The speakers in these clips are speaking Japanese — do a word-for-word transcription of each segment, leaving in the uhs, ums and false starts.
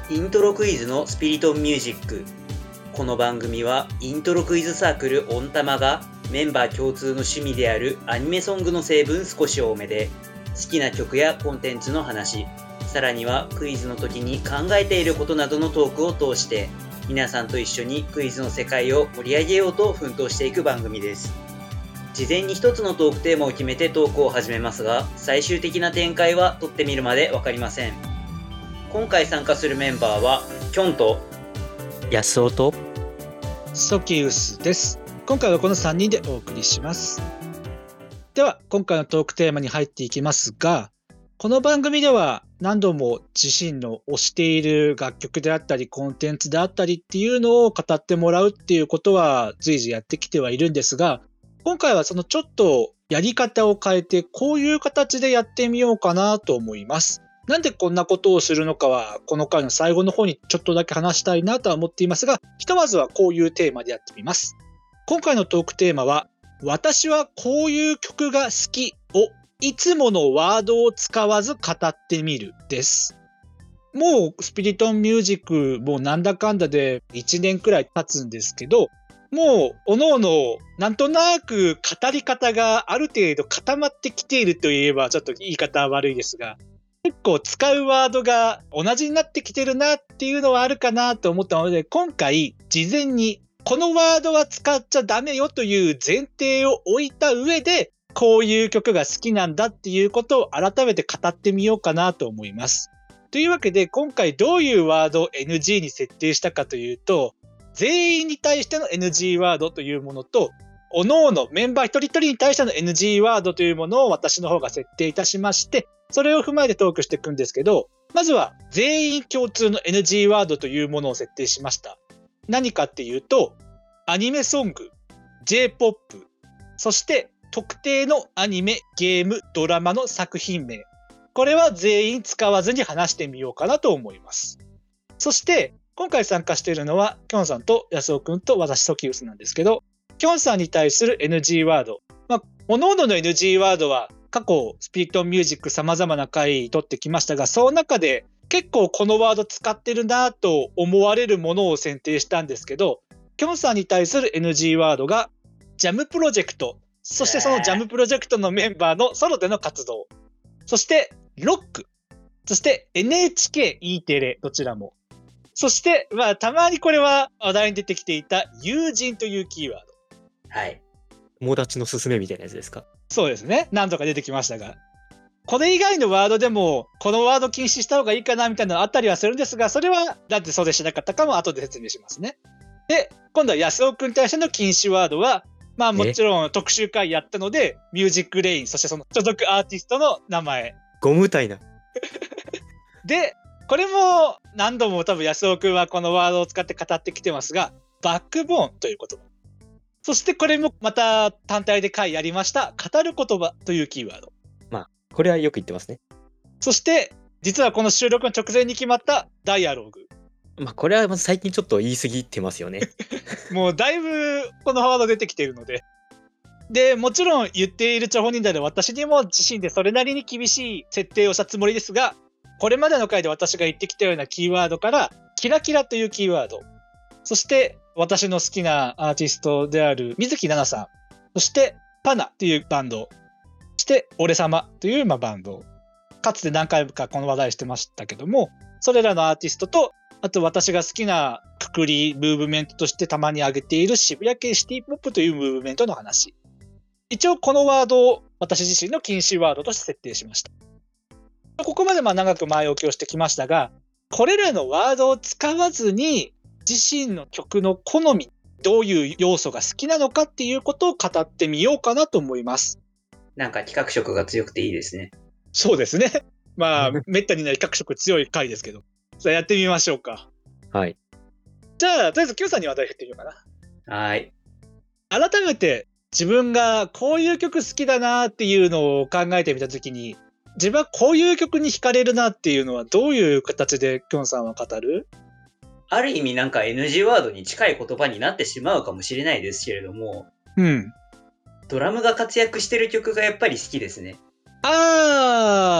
イントロクイズのスピリトンミュージック。この番組はイントロクイズサークルオンタマがメンバー共通の趣味であるアニメソングの成分少し多めで、好きな曲やコンテンツの話、さらにはクイズの時に考えていることなどのトークを通して皆さんと一緒にクイズの世界を盛り上げようと奮闘していく番組です。事前に一つのトークテーマを決めてトークを始めますが、最終的な展開は撮ってみるまでわかりません。今回参加するメンバーはキョンと安尾とソキウスです。今回はこのさんにんでお送りします。では今回のトークテーマに入っていきますが、この番組では何度も自身の推している楽曲であったりコンテンツであったりっていうのを語ってもらうっていうことは随時やってきてはいるんですが、今回はそのちょっとやり方を変えてこういう形でやってみようかなと思います。なんでこんなことをするのかはこの回の最後の方にちょっとだけ話したいなとは思っていますが、ひとまずはこういうテーマでやってみます。今回のトークテーマは、私はこういう曲が好きをいつものワードを使わず語ってみるです。もうスピリトンミュージックもなんだかんだでいちねんくらい経つんですけど、もうおのおのなんとなく語り方がある程度固まってきているといえばちょっと言い方は悪いですが、結構使うワードが同じになってきてるなっていうのはあるかなと思ったので、今回事前にこのワードは使っちゃダメよという前提を置いた上で、こういう曲が好きなんだっていうことを改めて語ってみようかなと思います。というわけで今回どういうワードを エヌジー に設定したかというと、全員に対しての エヌジー ワードというものと、各々メンバー一人一人に対しての エヌジー ワードというものを私の方が設定いたしまして、それを踏まえてトークしていくんですけど、まずは全員共通の エヌジー ワードというものを設定しました。何かっていうと、アニメソング、J-ポップ、そして特定のアニメ、ゲーム、ドラマの作品名。これは全員使わずに話してみようかなと思います。そして今回参加しているのはキョンさんと安尾くんと私ソキウスなんですけど、キョンさんに対する エヌジー ワード、まあ、各々の エヌジー ワードは過去スピリトンミュージック様々な回取ってきましたが、その中で結構このワード使ってるなと思われるものを選定したんですけど、キョンさんに対する エヌジー ワードがジャムプロジェクト、そしてそのジャムプロジェクトのメンバーのソロでの活動、そしてロック、そして エヌエイチケー、E テレ、どちらも、そしてまあたまにこれは話題に出てきていた友人というキーワード。 はい。 友達のすすめみたいなやつですか？ そうですね。何度か出てきましたが、これ以外のワードでもこのワード禁止した方がいいかなみたいなのあったりはするんですが、それはなんでそうでしなかったかも後で説明しますね。で、今度は安尾くんに対しての禁止ワードは、まあもちろん特集会やったので、ミュージックレイン、そしてその所属アーティストの名前。 ゴムたいな。 で、これも何度も多分安尾くんはこのワードを使って語ってきてますが、バックボーンという言葉。そしてこれもまた単体で回やりました語る言葉というキーワード。 まあこれはよく言ってますね。 そして実はこの収録の直前に決まったダイアログ。 まあこれはまず最近ちょっと言い過ぎてますよね。 もうだいぶこのワード出てきているので。で、もちろん言っている張本人である私にも自身でそれなりに厳しい設定をしたつもりですが、これまでの回で私が言ってきたようなキーワードからキラキラというキーワード、そして私の好きなアーティストである水木奈々さん、そしてパナというバンド、そして俺様というまあバンド、かつて何回かこの話題してましたけども、それらのアーティストと、あと私が好きなくくりムーブメントとしてたまに挙げている渋谷系シティポップというムーブメントの話。一応このワードを私自身の禁止ワードとして設定しました。ここまでまあ長く前置きをしてきましたが、これらのワードを使わずに自身の曲の好み、どういう要素が好きなのかっていうことを語ってみようかなと思います。 なんか企画色が強くていいですね。 そうですね。まあめったにない企画色強い回ですけど、さあやってみましょうか。 はい。 じゃあとりあえず Q さんに話題振ってみようかな。 はい。 改めて自分がこういう曲好きだなっていうのを考えてみたときに、自分はこういう曲に惹かれるなっていうのはどういう形でキョンさんは語る？ ある意味なんか エヌジー ワードに近い言葉になってしまうかもしれないですけれども、 うん。 ドラムが活躍してる曲がやっぱり好きですね。 あー、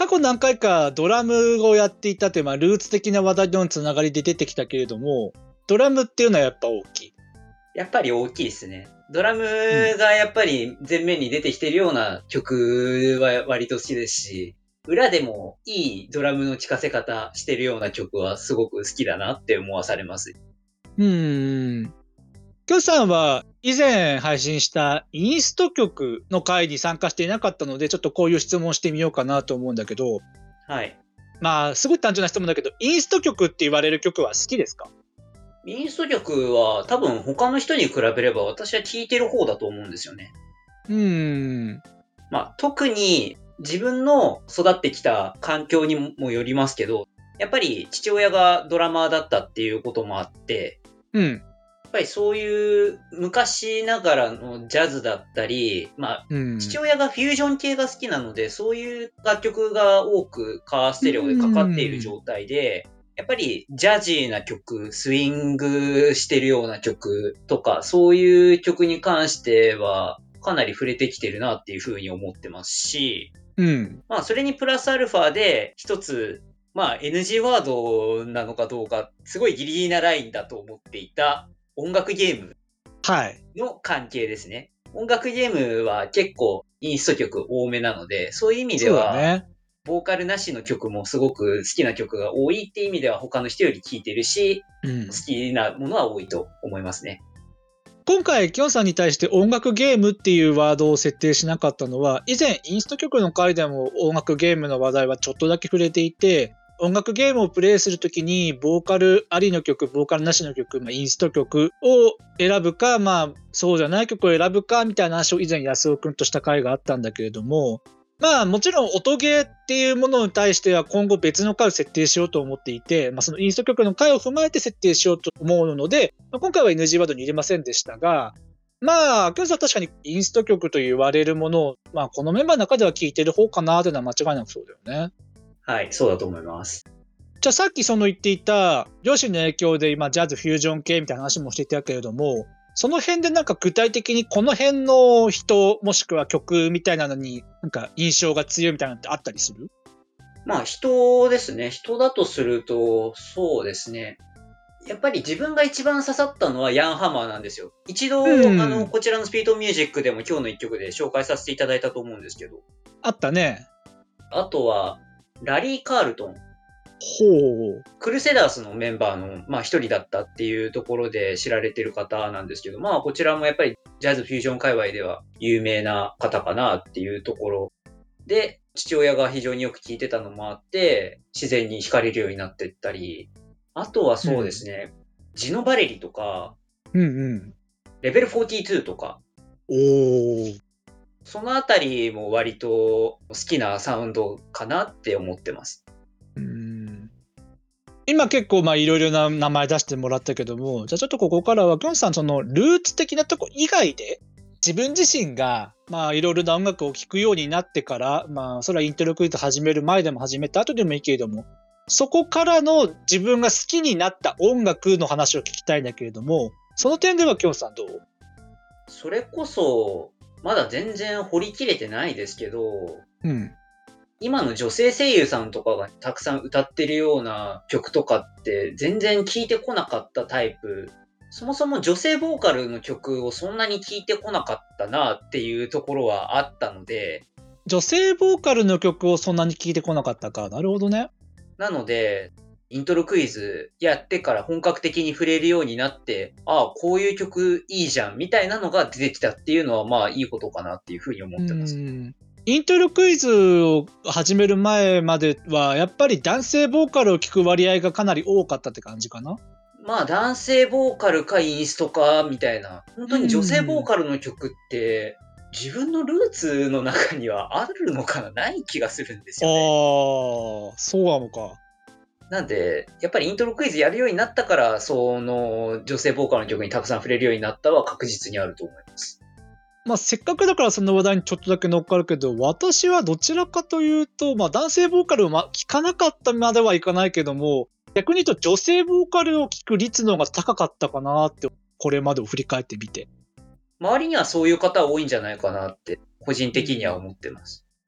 過去何回かドラムをやっていたという、まあ、ルーツ的な話題とのつながりで出てきたけれども、ドラムっていうのはやっぱ大きい。 やっぱり大きいですね。ドラムがやっぱり前面に出てきてるような曲は割と好きですし、裏でもいいドラムの聴かせ方してるような曲はすごく好きだなって思わされます。 うーん。きょうさんは以前配信したインスト曲の回に参加していなかったので、ちょっとこういう質問してみようかなと思うんだけど、 はい。 まあ、すごい単純な質問だけど、インスト曲って言われる曲は好きですか？ インスト曲は多分他の人に比べれば私は聴いてる方だと思うんですよね。 うーん。 まあ特に自分の育ってきた環境にもよりますけど、やっぱり父親がドラマーだったっていうこともあって、 うん。 やっぱりそういう昔ながらのジャズだったり、まあ、 うん、 父親がフュージョン系が好きなので、そういう楽曲が多くカーステレオでかかっている状態で、やっぱりジャジーな曲、スイングしてるような曲とか、そういう曲に関しては、かなり触れてきてるなっていうふうに思ってますし、 うん。 まあ、それにプラスアルファで、一つ、まあ、エヌジー ワードなのかどうか、すごいギリギリなラインだと思っていた音楽ゲームはい。 の関係ですね。音楽ゲームは結構インスト曲多めなので、そういう意味でそうだは、 ね。 ボーカルなしの曲もすごく好きな曲が多いっていう意味では他の人より聴いてるし、 うん。 好きなものは多いと思いますね。 今回、きょんさんに対して音楽ゲームっていうワードを設定しなかったのは、以前インスト曲の回でも音楽ゲームの話題はちょっとだけ触れていて、音楽ゲームをプレイするときに、ボーカルありの曲、ボーカルなしの曲、まあ、インスト曲を選ぶか、まあ、そうじゃない曲を選ぶかみたいな話を以前安尾くんとした回があったんだけれども、まあもちろん音ゲーっていうものに対しては今後別の回を設定しようと思っていて、まあ、そのインスト曲の回を踏まえて設定しようと思うので、まあ、今回は エヌジー ワードに入れませんでしたが、まあ、きょんさんは確かにインスト曲と言われるものを、まあこのメンバーの中では聴いてる方かなというのは間違いなくそうだよね。 はい、そうだと思います。 じゃあさっきその言っていた両親の影響で今ジャズフュージョン系みたいな話もしていたけれども、その辺でなんか具体的にこの辺の人もしくは曲みたいなのになんか印象が強いみたいなのってあったりする？ まあ人ですね。人だとすると、そうですね。やっぱり自分が一番刺さったのはヤンハマーなんですよ。一度、 うん、 あの、こちらのスピードミュージックでも今日の一曲で紹介させていただいたと思うんですけど。 あったね。 あとは、ラリー・カールトン。 ほう。 クルセダースのメンバーの、まあ一人だったっていうところで知られてる方なんですけど、まあこちらもやっぱりジャズフュージョン界隈では有名な方かなっていうところで、父親が非常によく聴いてたのもあって、自然に惹かれるようになっていったり、あとはそうですね、うん、ジノ・バレリとか、 うんうん、 レベルよんじゅうにとか、 おー、 そのあたりも割と好きなサウンドかなって思ってます。 うーん、今結構まあいろいろな名前出してもらったけども、じゃあちょっとここからはきょんさんそのルーツ的なとこ以外で自分自身がまあいろいろな音楽を聴くようになってから、まあそれはイントロクイズ始める前でも始めた後でもいいけれども、そこからの自分が好きになった音楽の話を聞きたいんだけれども、その点ではきょんさんどう？ それこそまだ全然掘り切れてないですけど、 うん、 今の女性声優さんとかがたくさん歌ってるような曲とかって全然聴いてこなかったタイプ。そもそも女性ボーカルの曲をそんなに聴いてこなかったなっていうところはあったので。 女性ボーカルの曲をそんなに聴いてこなかったか。なるほどね。 なので、イントロクイズやってから本格的に触れるようになって、ああ、こういう曲いいじゃんみたいなのが出てきたっていうのはまあいいことかなっていうふうに思ってます。 うん、イントロクイズを始める前まではやっぱり男性ボーカルを聴く割合がかなり多かったって感じかな。 まあ男性ボーカルかインストかみたいな、本当に女性ボーカルの曲って自分のルーツの中にはあるのかな、ない気がするんですよね。 ああ、そうなのか。 なんでやっぱりイントロクイズやるようになったから、その女性ボーカルの曲にたくさん触れるようになったは確実にあると思います。 まあ、せっかくだからその話題にちょっとだけ乗っかるけど、私はどちらかというと、まあ、男性ボーカルをま聞かなかったまではいかないけども、逆に言うと女性ボーカルを聞く率の方が高かったかなって、これまでを振り返ってみて。 周りにはそういう方多いんじゃないかなって個人的には思ってます。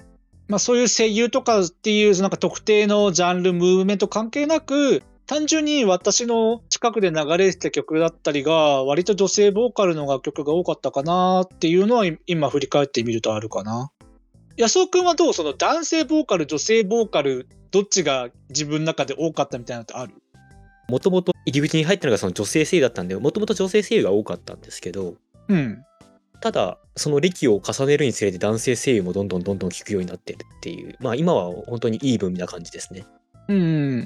まあそういう声優とかっていうなんか特定のジャンル、ムーブメント関係なく、単純に私の近くで流れてた曲だったりが、割と女性ボーカルの楽曲が多かったかなっていうのは今振り返ってみるとあるかな。安尾くんはどう？その男性ボーカル、女性ボーカル、どっちが自分の中で多かったみたいなのってある？ もともと入り口に入ったのがその女性声優だったんで、もともと女性声優が多かったんですけど、 うん。 ただその歴を重ねるにつれて男性声優もどんどんどんどん聞くようになってるっていう、まあ今は本当にイーブンな感じですね。 うん。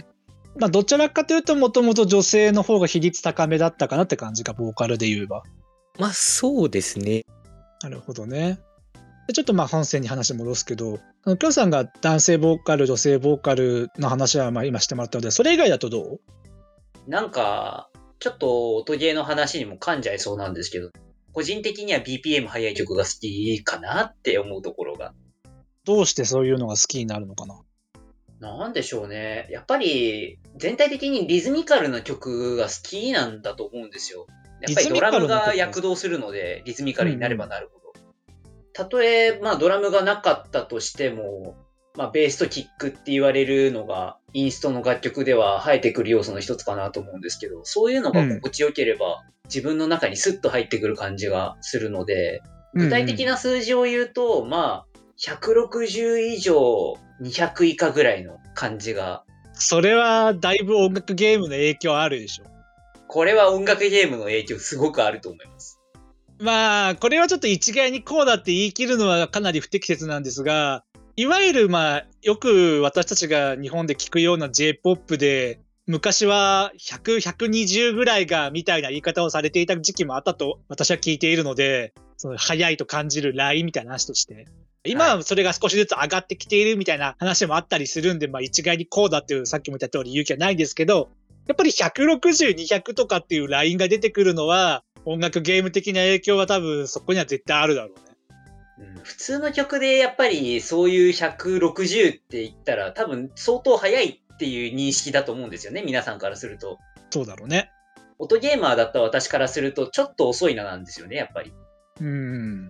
まあどちらかというともともと女性の方が比率高めだったかなって感じか、ボーカルで言えば。 まあそうですね。 なるほどね。でちょっとまあ本線に話戻すけど、あのきょんさんが男性ボーカル、女性ボーカルの話はまあ今してもらったので、それ以外だとどう？ なんか、ちょっと音ゲーの話にも噛んじゃいそうなんですけど、個人的には ビーピーエム 速い曲が好きかなって思うところが。 どうしてそういうのが好きになるのかな？ なんでしょうね。やっぱり、全体的にリズミカルな曲が好きなんだと思うんですよ。やっぱりドラムが躍動するので、リズミカルになればなるほど。たとえ、まあドラムがなかったとしても、まあベースとキックって言われるのが、インストの楽曲では生えてくる要素の一つかなと思うんですけど、そういうのが心地よければ、自分の中にスッと入ってくる感じがするので、具体的な数字を言うと、まあ、ひゃくろくじゅう以上、にひゃく以下ぐらいの感じが。 それはだいぶ音楽ゲームの影響あるでしょ。 これは音楽ゲームの影響すごくあると思います。 まあ、これはちょっと一概にこうだって言い切るのはかなり不適切なんですが、いわゆるまあ、よく私たちが日本で聞くような J-ポップ で、昔はひゃく、ひゃくにじゅうぐらいがみたいな言い方をされていた時期もあったと私は聞いているので、その速いと感じるラインみたいな話として。今はそれが少しずつ上がってきているみたいな話もあったりするんで、まあ一概にこうだっていうさっきも言った通り言う気はないんですけど、やっぱりひゃくろくじゅう、にひゃくとかっていうラインが出てくるのは、音楽ゲーム的な影響は多分そこには絶対あるだろうね。 うん、普通の曲でやっぱりそういうひゃくろくじゅうって言ったら多分相当速いっていう認識だと思うんですよね、皆さんからすると。 そうだろうね。 音ゲーマーだった私からするとちょっと遅いななんですよね、やっぱり。 うん。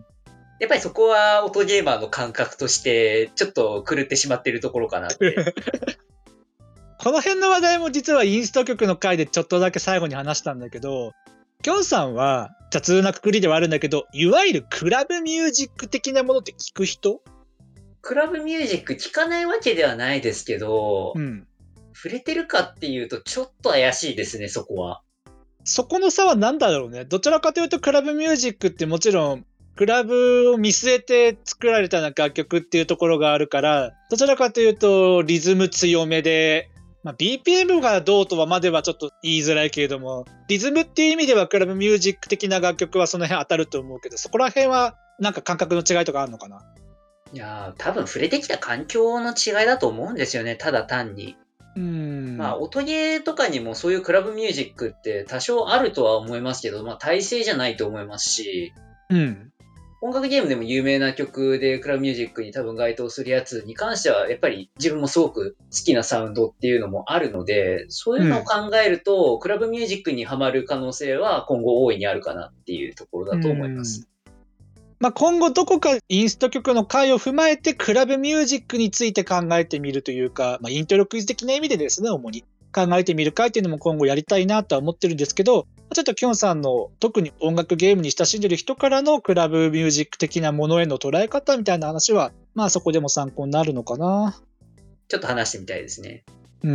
やっぱりそこは音ゲーマーの感覚としてちょっと狂ってしまっているところかなって。 この辺の話題も実はインスト曲の回でちょっとだけ最後に話したんだけど、きょんさんは雑なくくりではあるんだけど、いわゆるクラブミュージック的なものって聞く人？ クラブミュージック聞かないわけではないですけど、 うん。 触れてるかっていうとちょっと怪しいですね、そこは。 そこの差は何だろうね。どちらかというとクラブミュージックってもちろんクラブを見据えて作られた楽曲っていうところがあるから、どちらかというとリズム強めで、まあ、ビーピーエム がどうとはまではちょっと言いづらいけれども、リズムっていう意味ではクラブミュージック的な楽曲はその辺当たると思うけど、そこら辺はなんか感覚の違いとかあるのかな？ いやー、多分触れてきた環境の違いだと思うんですよね、ただ単に。 うーん。 まあ、音ゲーとかにもそういうクラブミュージックって多少あるとは思いますけど、まあ、体制じゃないと思いますし、 うん。 音楽ゲームでも有名な曲でクラブミュージックに多分該当するやつに関しては、やっぱり自分もすごく好きなサウンドっていうのもあるので、そういうのを考えると、うん、クラブミュージックにはまる可能性は今後大いにあるかなっていうところだと思います。 まあ、今後どこかインスト曲の回を踏まえてクラブミュージックについて考えてみるというか、まあ、イントロクイズ的な意味でですね、主に考えてみる回っていうのも今後やりたいなとは思ってるんですけど、ちょっときょんさんの特に音楽ゲームに親しんでる人からのクラブミュージック的なものへの捉え方みたいな話は、まあそこでも参考になるのかな。 ちょっと話してみたいですね。 うん。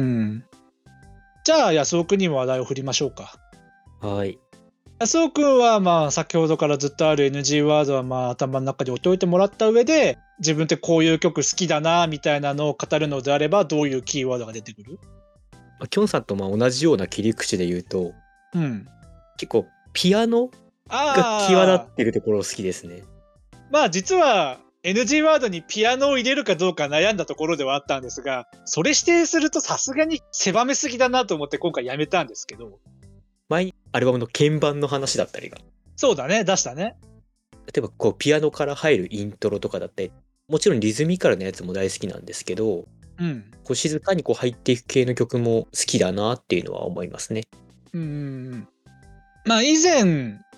じゃあ安尾くんにも話題を振りましょうか。 はい。 安尾くんはまあ先ほどからずっとある エヌジー ワードはまあ頭の中で置いといてもらった上で、自分ってこういう曲好きだなみたいなのを語るのであればどういうキーワードが出てくる？ きょんさんとまあ同じような切り口で言うと、 うん、 結構ピアノが際立っているところ好きですね。 まあ実は エヌジー ワードにピアノを入れるかどうか悩んだところではあったんですが、それ指定するとさすがに狭めすぎだなと思って今回やめたんですけど。 前にアルバムの鍵盤の話だったりが、 そうだね、出したね。 例えばこうピアノから入るイントロとかだって、もちろんリズミカルなやつも大好きなんですけど、 うん、 こう静かにこう入っていく系の曲も好きだなっていうのは思いますね。 うん。まあ以前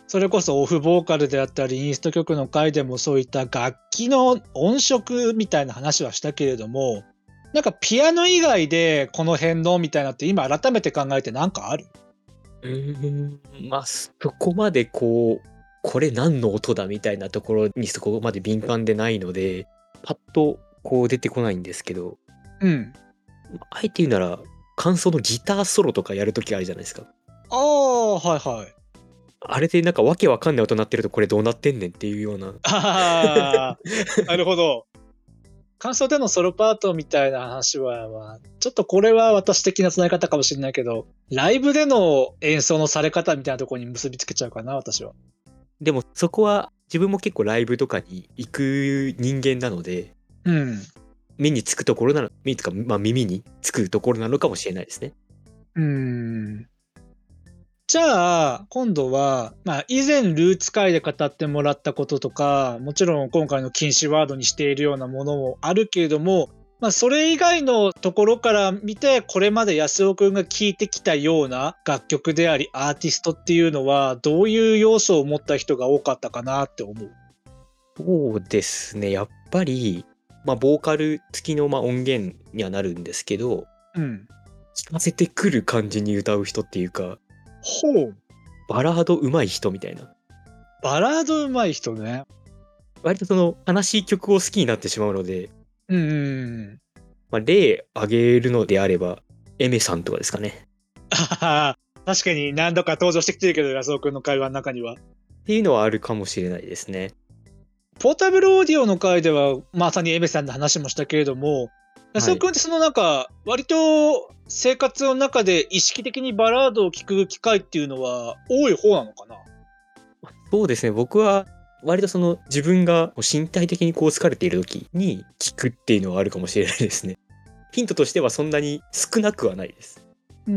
それこそオフボーカルであったりインスト曲の回でもそういった楽器の音色みたいな話はしたけれども、なんかピアノ以外でこの辺のみたいなって今改めて考えてなんかある？ うーん、まあ、そこまでこう、これ何の音だみたいなところにそこまで敏感でないので、パッとこう出てこないんですけど、 うん。 あえて言うなら、感想のギターソロとかやるときあるじゃないですか。 ああ、はいはい。 あれでなんかわけわかんない音鳴ってるとこれどうなってんねんっていうような。 ああ、なるほど。感想でのソロパートみたいな話は、まあ、ちょっとこれは私的な繋げ方かもしれないけど、ライブでの演奏のされ方みたいなところに結びつけちゃうかな、私は。 でもそこは自分も結構ライブとかに行く人間なので、 うん。 目につくところなの、目につか、まあ耳につくところなのかもしれないですね。 うーん。じゃあ、今度は、まあ、以前ルーツ会で語ってもらったこととか、もちろん今回の禁止ワードにしているようなものもあるけれども、まあ、それ以外のところから見て、これまで安尾くんが聴いてきたような楽曲であり、アーティストっていうのは、どういう要素を持った人が多かったかなって思う？ そうですね。やっぱり、まあ、ボーカル付きのまあ音源にはなるんですけど、 うん。 聞かせてくる感じに歌う人っていうか、 ほう。 バラード上手い人みたいな。 バラード上手い人ね。 割とその悲しい曲を好きになってしまうので、 うん。 まあ、例挙げるのであれば、エメさんとかですかね。 あ確かに何度か登場してきてるけど、安尾くんの会話の中には。 っていうのはあるかもしれないですね。 ポータブルオーディオの回ではまさにエメさんの話もしたけれども、安尾くんってそのなんか割と生活の中で意識的にバラードを聴く機会っていうのは多い方なのかな？ そうですね。僕は割とその自分が身体的にこう疲れている時に聞くっていうのはあるかもしれないですね。ヒントとしてはそんなに少なくはないです。 うん。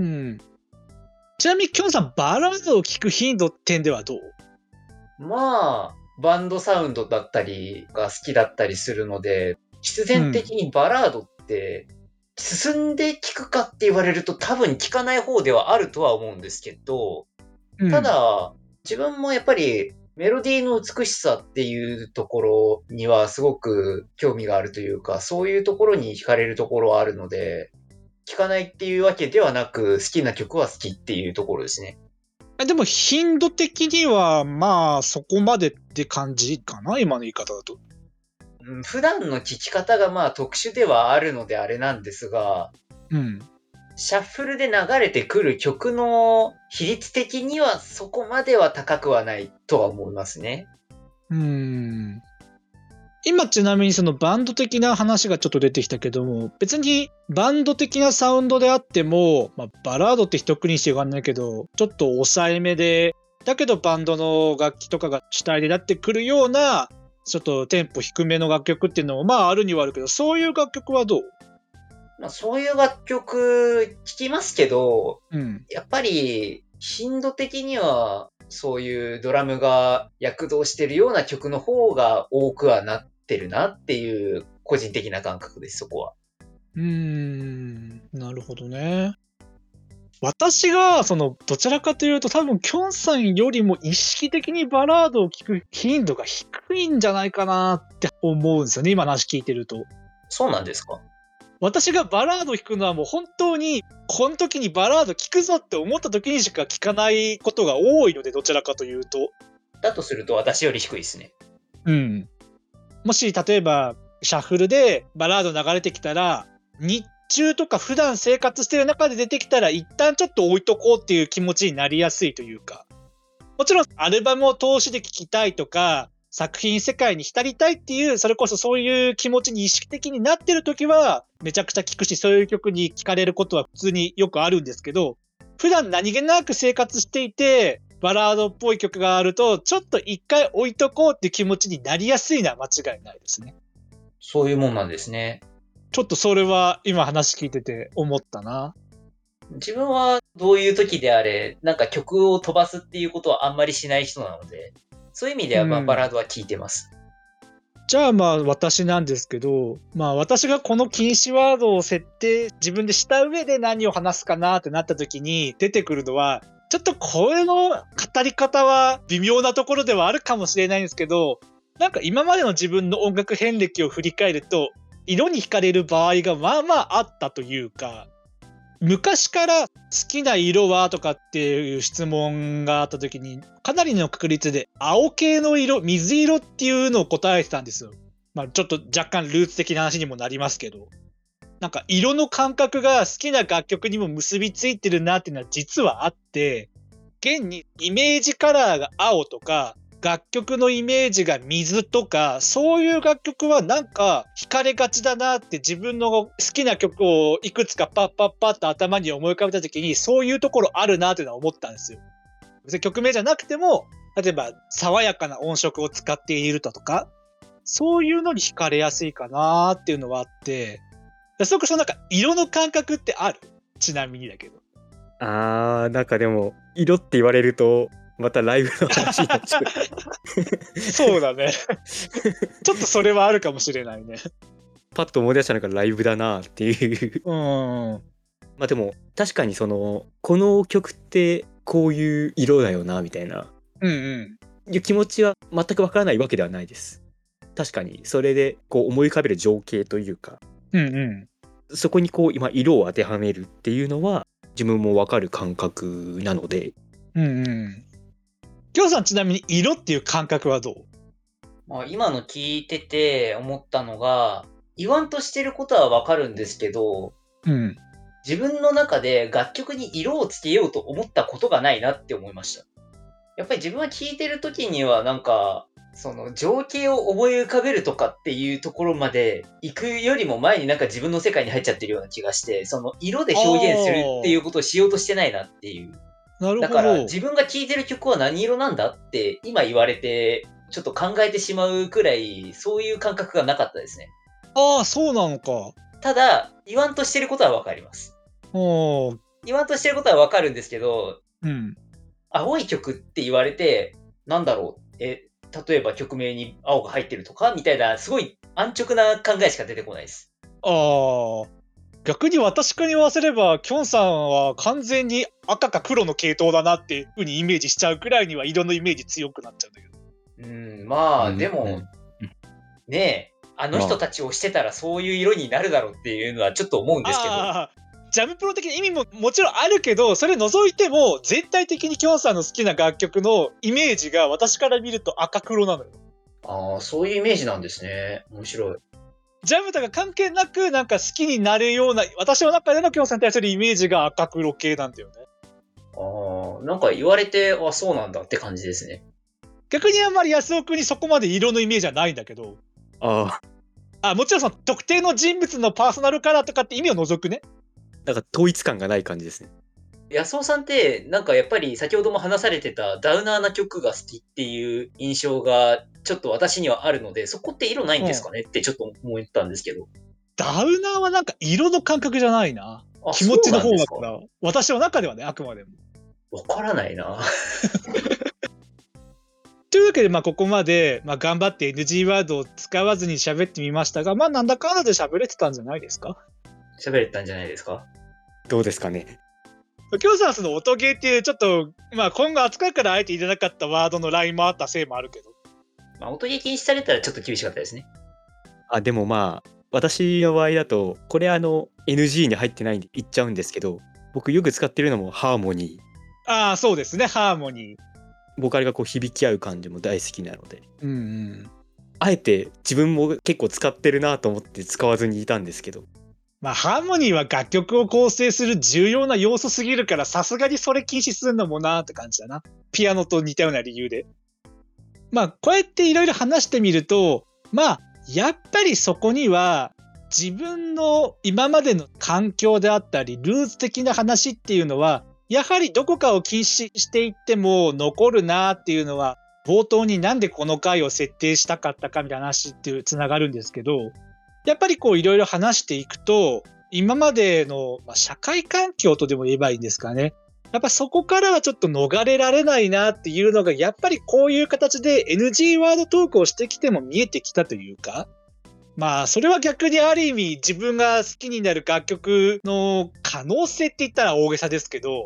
ちなみにきょんさん、バラードを聴く頻度点ではどう？ まあ、バンドサウンドだったりが好きだったりするので、必然的にバラードって進んで聴くかって言われると多分聴かない方ではあるとは思うんですけど、 うん、 ただ、自分もやっぱりメロディーの美しさっていうところにはすごく興味があるというか、そういうところに惹かれるところはあるので、聴かないっていうわけではなく、好きな曲は好きっていうところですね。 でも頻度的にはまあそこまでって感じかな、今の言い方だと。 うん、普段の聴き方がまあ特殊ではあるのであれなんですが、 うん。 シャッフルで流れてくる曲の比率的にはそこまでは高くはないとは思いますね。 うーん。今ちなみにそのバンド的な話がちょっと出てきたけども、別にバンド的なサウンドであっても、まあ、バラードって一括りにして言わないけど、ちょっと抑えめで、だけどバンドの楽器とかが主体でなってくるような、ちょっとテンポ低めの楽曲っていうのもまああるにはあるけど、そういう楽曲はどう？ まあ、そういう楽曲聴きますけど、 うん。 やっぱり頻度的にはそういうドラムが躍動してるような曲の方が多くはなってるなっていう個人的な感覚です、そこは。 うーん、なるほどね。私がそのどちらかというと多分キョンさんよりも意識的にバラードを聴く頻度が低いんじゃないかなって思うんですよね、今の話聞いてると。 そうなんですか？ 私がバラード弾くのはもう本当にこの時にバラード聴くぞって思った時にしか聴かないことが多いので、どちらかというと。 だとすると私より低いですね。 うん。もし例えばシャッフルでバラード流れてきたら、日中とか普段生活してる中で出てきたら一旦ちょっと置いとこうっていう気持ちになりやすいというか、もちろんアルバムを通しで聴きたいとか、作品世界に浸りたいっていう、それこそそういう気持ちに意識的になってる時はめちゃくちゃ聴くし、そういう曲に聴かれることは普通によくあるんですけど、普段何気なく生活していてバラードっぽい曲があるとちょっと一回置いとこうっていう気持ちになりやすいのは間違いないですね。 そういうもんなんですね。 ちょっとそれは今話聞いてて思ったな。 自分はどういう時であれ、なんか曲を飛ばすっていうことはあんまりしない人なので、そういう意味ではまあバラードは聴いてます。 じゃあまあ私なんですけど、まあ私がこの禁止ワードを設定自分でした上で何を話すかなってなった時に出てくるのは、 ちょっと声の語り方は微妙なところではあるかもしれないんですけど、なんか今までの自分の音楽遍歴を振り返ると、色に惹かれる場合がまあまああったというか、昔から好きな色はとかっていう質問があった時に、かなりの確率で青系の色、水色っていうのを答えてたんですよ。まあちょっと若干ルーツ的な話にもなりますけど。なんか色の感覚が好きな楽曲にも結びついてるなっていうのは実はあって、現にイメージカラーが青とか、楽曲のイメージが水とか、そういう楽曲はなんか惹かれがちだなって自分の好きな曲をいくつかパッパッパッと頭に思い浮かべた時に、そういうところあるなっていうのは思ったんですよ。別に曲名じゃなくても、例えば爽やかな音色を使っているとか、そういうのに惹かれやすいかなっていうのはあって、すごくそのなんか色の感覚ってある？ちなみにだけど。 あー、なんかでも色って言われるとまたライブの話になっちゃう。 そうだね。ちょっとそれはあるかもしれないね。 パッと思い出したのがライブだなっていう。 うん。 まあでも確かにそのこの曲ってこういう色だよなみたいな、 うんうん。 いう気持ちは全くわからないわけではないです。確かにそれでこう思い浮かべる情景というか、 うんうん。 そこにこう今色を当てはめるっていうのは自分もわかる感覚なので。 うんうん。きょうさんちなみに色っていう感覚はどう？ まあ、今の聞いてて思ったのが、言わんとしてることはわかるんですけど、 うん。 自分の中で楽曲に色をつけようと思ったことがないなって思いました。やっぱり自分は聴いてる時にはなんか、その情景を思い浮かべるとかっていうところまで行くよりも前になんか自分の世界に入っちゃってるような気がして、その色で表現するっていうことをしようとしてないなっていう。 なるほど。 だから自分が聴いてる曲は何色なんだって今言われてちょっと考えてしまうくらいそういう感覚がなかったですね。 ああ、そうなのか。 ただ、言わんとしてることはわかります。 おー。 言わんとしてることはわかるんですけど、 うん。 青い曲って言われて、なんだろう、え、例えば曲名に青が入ってるとかみたいな、すごい安直な考えしか出てこないです。 ああ。逆に私から言わせれば、きょんさんは完全に赤か黒の系統だなっていう風にイメージしちゃうくらいには色のイメージ強くなっちゃうんだけど。 うん、まあ、 うんでも、 うんねえ、あの人たちをしてたらそういう色になるだろうっていうのはちょっと思うんですけど。 ああ、ジャムプロ的な意味ももちろんあるけど、それ除いても全体的にきょんさんの好きな楽曲のイメージが私から見ると赤黒なのよ。 ああ、そういうイメージなんですね。面白い。 ジャムとか関係なくなんか好きになるような、私の中でのきょんさんに対するイメージが赤黒系なんだよね。 ああ、なんか言われて、あ、そうなんだって感じですね。 逆にあんまり安尾くんにそこまで色のイメージはないんだけど、 ああ、 あ、もちろんその特定の人物のパーソナルカラーとかって意味を除くね。 なんか統一感がない感じですね。 安尾さんって、なんかやっぱり先ほども話されてたダウナーな曲が好きっていう印象がちょっと私にはあるので、そこって色ないんですかねってちょっと思ったんですけど。 ダウナーはなんか色の感覚じゃないな。 あ、 気持ちの方だそうなんですか。 から。私の中ではね、あくまでも。 わからないな。 というわけで、まあ、ここまで、まあ、頑張って エヌジー ワードを使わずに喋ってみましたが、まあ、なんだかんだで喋れてたんじゃないですか？ 喋れたんじゃないですか。 どうですかね。 今日さん、その音ゲーっていう、ちょっと、まあ、今後扱うからあえて入れなかったワードのラインもあったせいもあるけど。 まあ、音ゲー禁止されたらちょっと厳しかったですね。 あ、でもまあ私の場合だとこれあの エヌジー に入ってないんで言っちゃうんですけど、僕よく使ってるのもハーモニー。 ああ、そうですね、ハーモニー。 ボーカルがこう響き合う感じも大好きなので、 うんうん。 あえて自分も結構使ってるなと思って使わずにいたんですけど。 まあ、ハーモニーは楽曲を構成する重要な要素すぎるから、さすがにそれ禁止するのもなーって感じだな。ピアノと似たような理由で。まあ、こうやっていろいろ話してみると、まあ、やっぱりそこには、自分の今までの環境であったり、ルーツ的な話っていうのは、やはりどこかを禁止していっても残るなっていうのは、冒頭になんでこの回を設定したかったかみたいな話っていうつながるんですけど、やっぱりこういろいろ話していくと、今までの、まあ、社会環境とでも言えばいいんですかね。やっぱそこからはちょっと逃れられないなっていうのが、やっぱりこういう形で エヌジー ワードトークをしてきても見えてきたというか、まあそれは逆にある意味自分が好きになる楽曲の可能性って言ったら大げさですけど、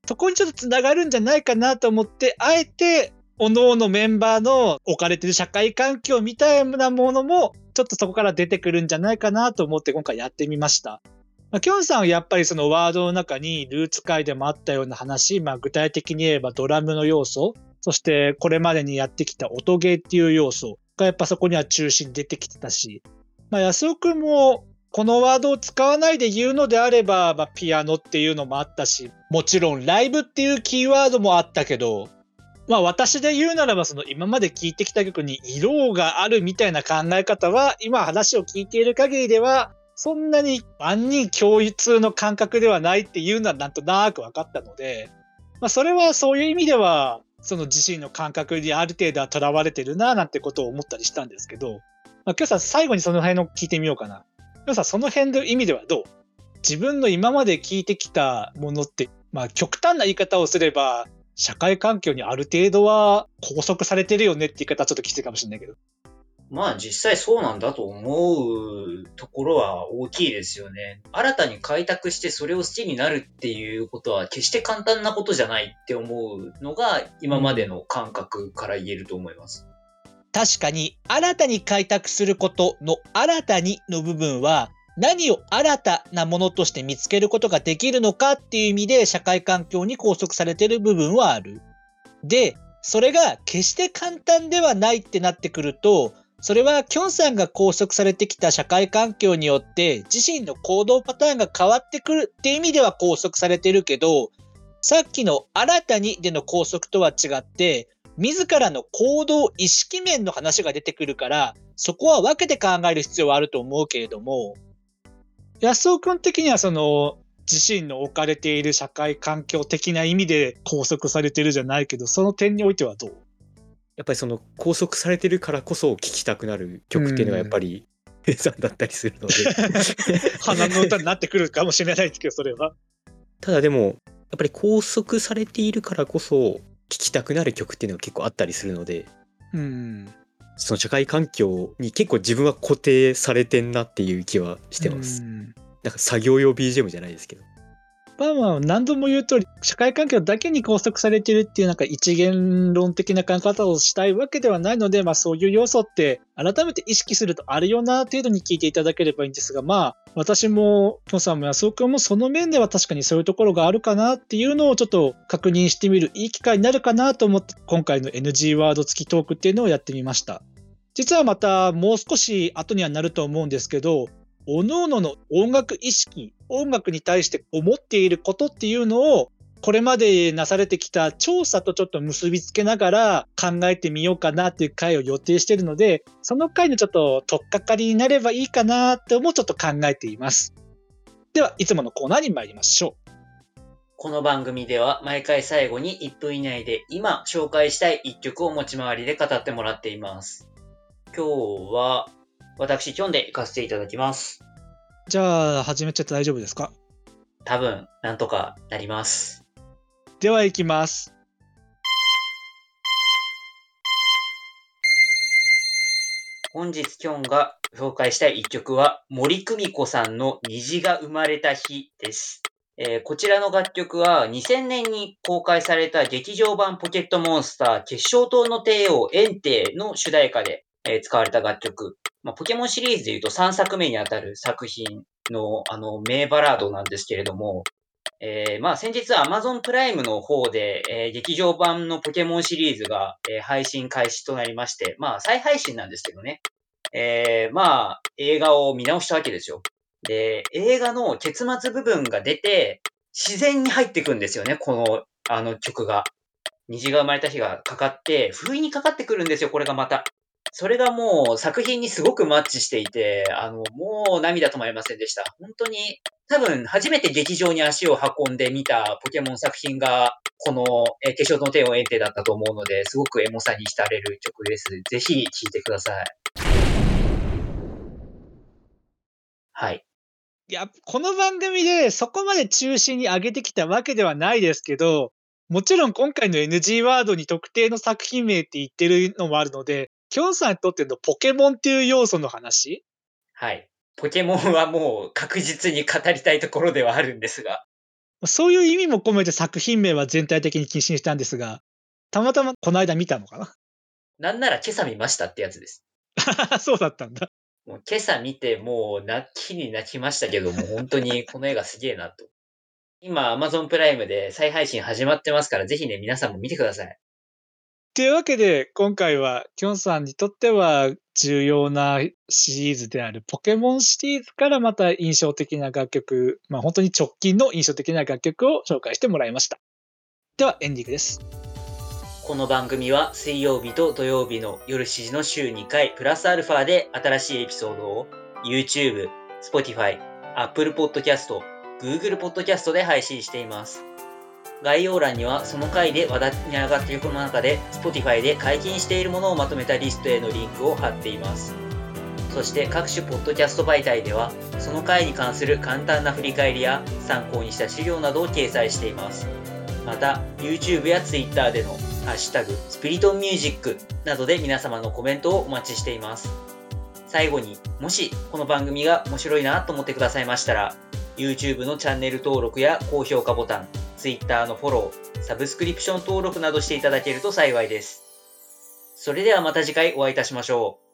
そこにちょっとつながるんじゃないかなと思って、あえて、各々メンバーの置かれてる社会環境みたいなものも、ちょっとそこから出てくるんじゃないかなと思って今回やってみました。まあ、きょんさんはやっぱりそのワードの中にルーツ界でもあったような話、まあ、具体的に言えばドラムの要素、そしてこれまでにやってきた音ゲーっていう要素がやっぱそこには中心に出てきてたし、まあ、安尾くんもこのワードを使わないで言うのであれば、まあ、ピアノっていうのもあったし、もちろんライブっていうキーワードもあったけど、まあ私で言うならばその今まで聴いてきた曲に色があるみたいな考え方は今話を聞いている限りではそんなに万人共通の感覚ではないっていうのはなんとなく分かったので、まあそれはそういう意味ではその自身の感覚にある程度はとらわれてるななんてことを思ったりしたんですけど、まあ、今日さ最後にその辺の聞いてみようかな。今日さその辺の意味ではどう？自分の今まで聴いてきたものってまあ極端な言い方をすれば社会環境にある程度は拘束されてるよねって言い方はちょっときついかもしれないけど。 まあ実際そうなんだと思うところは大きいですよね。新たに開拓してそれを好きになるっていうことは決して簡単なことじゃないって思うのが今までの感覚から言えると思います。 うん、確かに新たに開拓することの新たにの部分は何を新たなものとして見つけることができるのかっていう意味で社会環境に拘束されている部分はある。で、それが決して簡単ではないってなってくると、それはキョンさんが拘束されてきた社会環境によって自身の行動パターンが変わってくるっていう意味では拘束されてるけど、さっきの新たにでの拘束とは違って、自らの行動意識面の話が出てくるから、そこは分けて考える必要はあると思うけれども、安尾君的にはその自身の置かれている社会環境的な意味で拘束されてるじゃないけど、その点においてはどう？ やっぱりその拘束されてるからこそ聴きたくなる曲っていうのがやっぱりペイさんだったりするので花の歌になってくるかもしれないですけど、それはただでもやっぱり拘束されているからこそ聴きたくなる曲っていうのが結構あったりするので、 うん、 その社会環境に結構自分は固定されてんなっていう気はしてます。うん、なんか作業用 ビージーエム じゃないですけど、 まあまあ何度も言う通り社会環境だけに拘束されてるっていうなんか一元論的な考え方をしたいわけではないので、まあそういう要素って改めて意識するとあるような程度に聞いていただければいいんですが、まあ私もキョンさんも安尾君もその面では確かにそういうところがあるかなっていうのをちょっと確認してみるいい機会になるかなと思って今回の エヌジー ワード付きトークっていうのをやってみました。実はまたもう少し後にはなると思うんですけど、各々の音楽意識、音楽に対して思っていることっていうのをこれまでなされてきた調査とちょっと結びつけながら考えてみようかなっていう回を予定しているので、その回のちょっと取っかかりになればいいかなってもちょっと考えています。では、いつものコーナーに参りましょう。 この番組では毎回最後にいっぷん以内で今紹介したいいっきょくを持ち回りで語ってもらっています。今日は私キョンで行かせていただきます。 じゃあ始めちゃって大丈夫ですか？ 多分なんとかなります。 では行きます。 本日キョンが紹介したいいっきょくは森久美子さんの虹が生まれた日です。えー、こちらの楽曲はにせんねんに公開された劇場版ポケットモンスター決勝島の帝王エンテの主題歌で、えー、使われた楽曲。まあ、ポケモンシリーズで言うとさんさくめにあたる作品のあの名バラードなんですけれども、えー、まあ先日 Amazon プライムの方で、えー、劇場版のポケモンシリーズが、えー、配信開始となりまして、まあ再配信なんですけどね。えー、まあ映画を見直したわけですよ。で、映画の結末部分が出て、自然に入ってくんですよね、この、あの曲が。虹が生まれた日がかかって、不意にかかってくるんですよ、これがまた。それがもう作品にすごくマッチしていて、あの、もう涙止まりませんでした。本当に、多分初めて劇場に足を運んで見たポケモン作品が、この、えー、決勝の帝王エンテだったと思うので、すごくエモさに浸れる曲です。ぜひ聴いてください。はい。 いや、この番組でそこまで中心に上げてきたわけではないですけど、もちろん今回の エヌジー ワードに特定の作品名って言ってるのもあるので、キョンさんにとってのポケモンっていう要素の話？ はい。ポケモンはもう確実に語りたいところではあるんですが。 そういう意味も込めて作品名は全体的に禁止にしたんですが、たまたまこの間見たのかな。 なんなら今朝見ましたってやつです。 そうだったんだ。 もう今朝見て、もう泣きに泣きましたけども、本当にこの映画すげえなと。今、Amazon プライムで再配信始まってますから、ぜひね、皆さんも見てください。 というわけで、今回はきょんさんにとっては重要なシリーズであるポケモンシリーズからまた印象的な楽曲、まあ本当に直近の印象的な楽曲を紹介してもらいました。ではエンディングです。 この番組は水曜日と土曜日の夜しちじの週にかいプラスアルファで新しいエピソードを YouTube、Spotify、Apple Podcast、Google Podcast で配信しています。概要欄にはその回で話題に上がった曲の中で Spotify で解禁しているものをまとめたリストへのリンクを貼っています。そして各種ポッドキャスト媒体ではその回に関する簡単な振り返りや参考にした資料などを掲載しています。また YouTube や Twitter でのハッシュタグスピリトンミュージックなどで皆様のコメントをお待ちしています。最後にもしこの番組が面白いなと思ってくださいましたら YouTube のチャンネル登録や高評価ボタン、Twitter のフォロー、サブスクリプション登録などしていただけると幸いです。それではまた次回お会いいたしましょう。